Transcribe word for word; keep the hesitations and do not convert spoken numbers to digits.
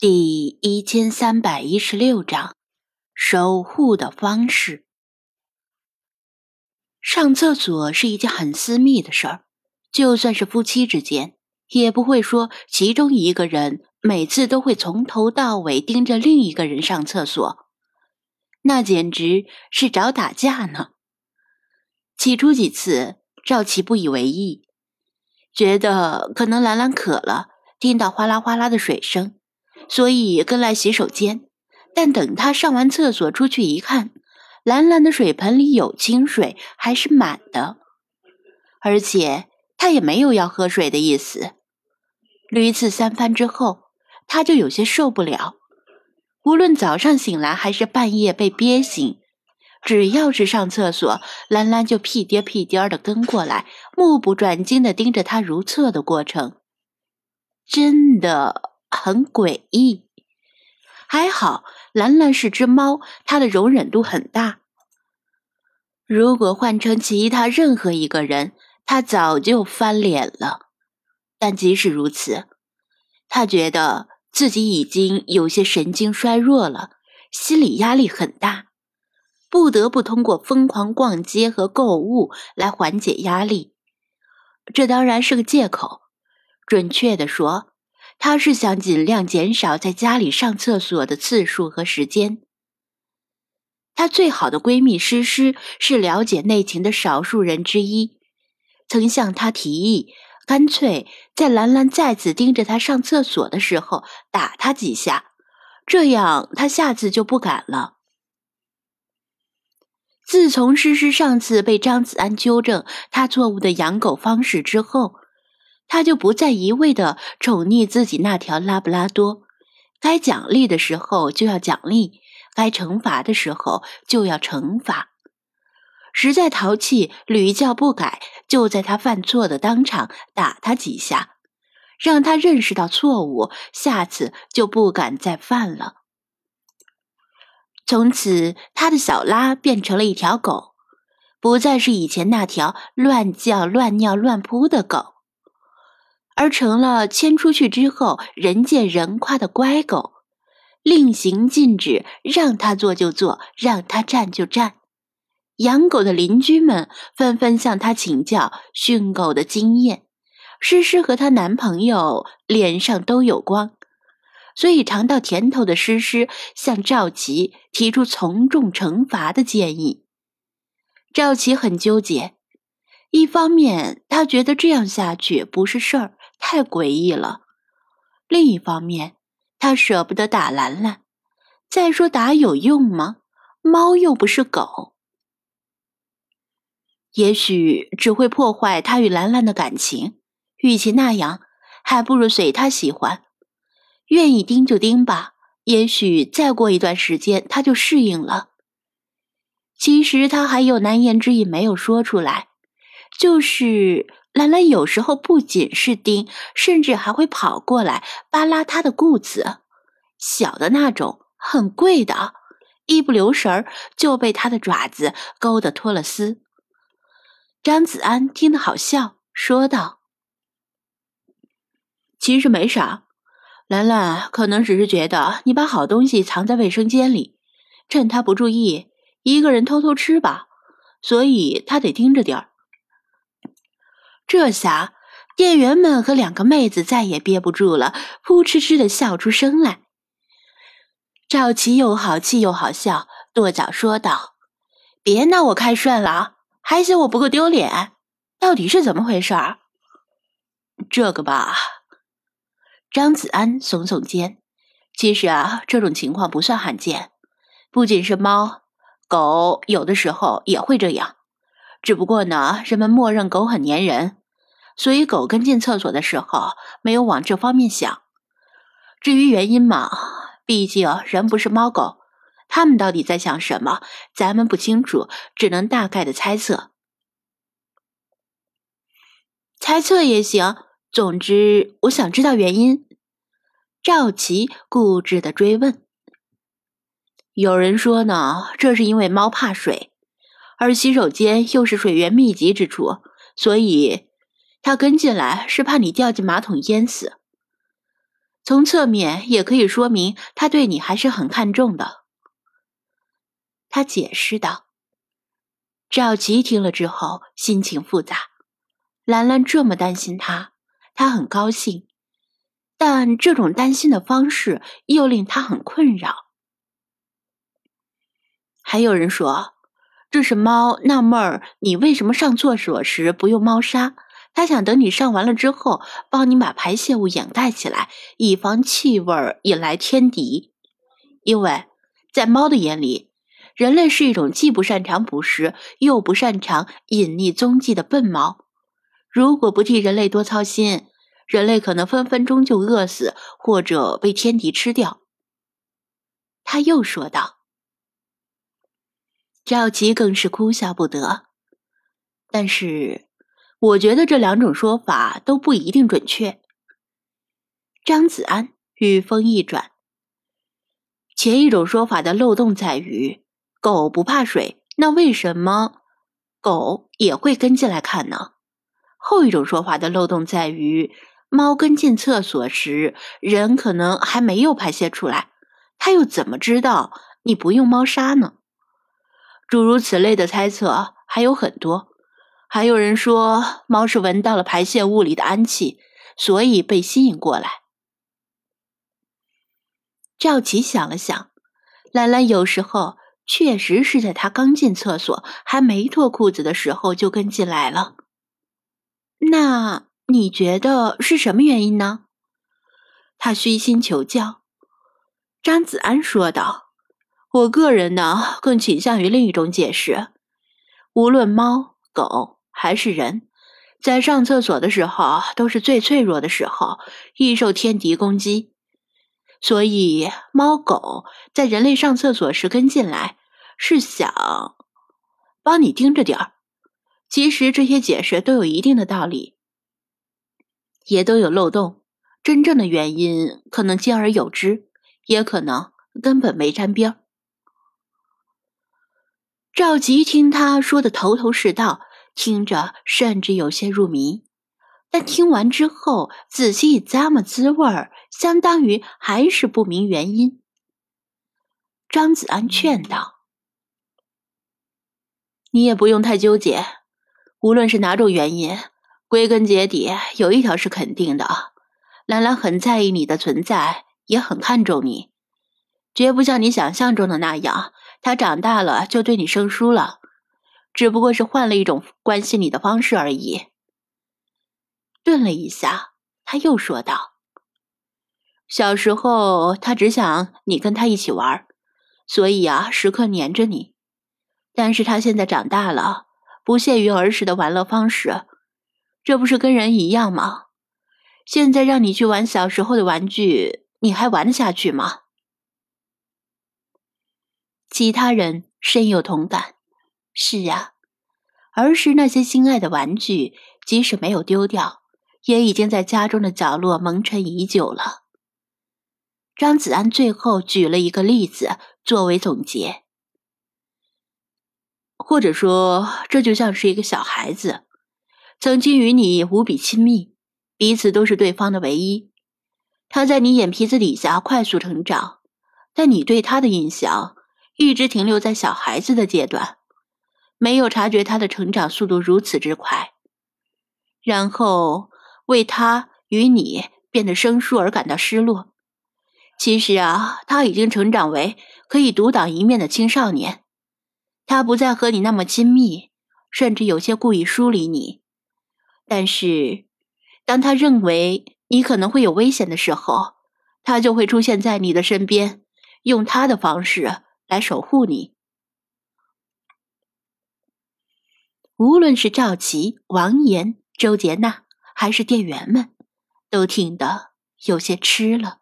第一千三百一十六章守护的方式。上厕所是一件很私密的事儿，就算是夫妻之间，也不会说其中一个人每次都会从头到尾盯着另一个人上厕所，那简直是找打架呢。起初几次，赵琪不以为意，觉得可能兰兰渴了，听到哗啦哗啦的水声，所以跟来洗手间。但等他上完厕所出去一看，蓝蓝的水盆里有清水，还是满的，而且他也没有要喝水的意思。屡次三番之后，他就有些受不了，无论早上醒来还是半夜被憋醒，只要是上厕所，兰兰就屁颠屁颠地跟过来，目不转睛地盯着他如厕的过程，真的很诡异。还好兰兰是只猫，它的容忍度很大。如果换成其他任何一个人，它早就翻脸了。但即使如此，他觉得自己已经有些神经衰弱了，心理压力很大，不得不通过疯狂逛街和购物来缓解压力。这当然是个借口，准确地说，她是想尽量减少在家里上厕所的次数和时间。她最好的闺蜜诗诗是了解内情的少数人之一，曾向她提议，干脆在兰兰再次盯着她上厕所的时候打她几下，这样她下次就不敢了。自从诗诗上次被张子安纠正她错误的养狗方式之后，他就不再一味地宠溺自己那条拉布拉多，该奖励的时候就要奖励，该惩罚的时候就要惩罚。实在淘气，屡教不改，就在他犯错的当场打他几下，让他认识到错误，下次就不敢再犯了。从此，他的小拉变成了一条狗，不再是以前那条乱叫乱尿乱扑的狗，而成了牵出去之后人见人夸的乖狗，令行禁止，让他做就做，让他站就站。养狗的邻居们纷纷向他请教训狗的经验，诗诗和她男朋友脸上都有光，所以尝到甜头的诗诗向赵琪提出从重惩罚的建议。赵琪很纠结，一方面他觉得这样下去不是事儿，太诡异了，另一方面他舍不得打兰兰，再说打有用吗？猫又不是狗，也许只会破坏他与兰兰的感情，与其那样，还不如随他喜欢，愿意盯就盯吧，也许再过一段时间他就适应了。其实他还有难言之隐没有说出来，就是兰兰有时候不仅是盯，甚至还会跑过来扒拉他的裤子，小的那种，很贵的，一不留神就被他的爪子勾得脱了丝。张子安听得好笑，说道：其实没啥，兰兰可能只是觉得你把好东西藏在卫生间里，趁他不注意，一个人偷偷吃吧，所以他得盯着点儿。这下店员们和两个妹子再也憋不住了，扑哧哧地笑出声来。赵琪又好气又好笑，跺脚说道：别拿我开涮了，还嫌我不够丢脸，到底是怎么回事儿？这个吧，张子安耸耸肩，其实啊，这种情况不算罕见，不仅是猫，狗有的时候也会这样，只不过呢，人们默认狗很粘人，所以狗跟进厕所的时候没有往这方面想。至于原因嘛，毕竟人不是猫狗，他们到底在想什么，咱们不清楚，只能大概的猜测。猜测也行，总之我想知道原因。赵琪固执地追问。有人说呢，这是因为猫怕水，而洗手间又是水源密集之处，所以他跟进来是怕你掉进马桶淹死。 从侧面也可以说明他对你还是很看重的。他解释道。赵琪听了之后心情复杂，兰兰这么担心他，他很高兴，但这种担心的方式又令他很困扰。还有人说，这是猫纳闷儿你为什么上厕所时不用猫砂，他想等你上完了之后帮你把排泄物掩盖起来，以防气味引来天敌。因为在猫的眼里，人类是一种既不擅长捕食又不擅长隐匿踪迹的笨猫，如果不替人类多操心，人类可能分分钟就饿死或者被天敌吃掉。他又说道。赵琪更是哭笑不得，但是我觉得这两种说法都不一定准确。张子安语锋一转，前一种说法的漏洞在于狗不怕水，那为什么狗也会跟进来看呢？后一种说法的漏洞在于猫跟进厕所时，人可能还没有排泄出来，它又怎么知道你不用猫砂呢？诸如此类的猜测还有很多，还有人说猫是闻到了排泄物里的氨气，所以被吸引过来。赵琪想了想，兰兰有时候确实是在他刚进厕所还没脱裤子的时候就跟进来了。那你觉得是什么原因呢？他虚心求教。张子安说道，我个人呢，更倾向于另一种解释。无论猫、狗还是人，在上厕所的时候都是最脆弱的时候，易受天敌攻击。所以猫狗在人类上厕所时跟进来，是想帮你盯着点儿。其实这些解释都有一定的道理，也都有漏洞，真正的原因可能兼而有之，也可能根本没沾边儿。赵吉听他说的头头是道，听着甚至有些入迷，但听完之后仔细咂摸滋味儿，相当于还是不明原因。张子安劝道，你也不用太纠结，无论是哪种原因，归根结底有一条是肯定的，兰兰很在意你的存在，也很看重你，绝不像你想象中的那样，她长大了就对你生疏了，只不过是换了一种关心你的方式而已。顿了一下，他又说道，小时候他只想你跟他一起玩，所以啊，时刻黏着你。但是他现在长大了，不屑于儿时的玩乐方式，这不是跟人一样吗？现在让你去玩小时候的玩具，你还玩得下去吗？其他人深有同感。是啊，儿时那些心爱的玩具，即使没有丢掉，也已经在家中的角落蒙尘已久了。张子安最后举了一个例子作为总结，或者说这就像是一个小孩子，曾经与你无比亲密，彼此都是对方的唯一。他在你眼皮子底下快速成长，但你对他的印象一直停留在小孩子的阶段，没有察觉他的成长速度如此之快，然后为他与你变得生疏而感到失落。其实啊，他已经成长为可以独当一面的青少年，他不再和你那么亲密，甚至有些故意疏离你。但是当他认为你可能会有危险的时候，他就会出现在你的身边，用他的方式来守护你。无论是赵琪、王岩、周杰娜还是店员们，都听得有些吃了。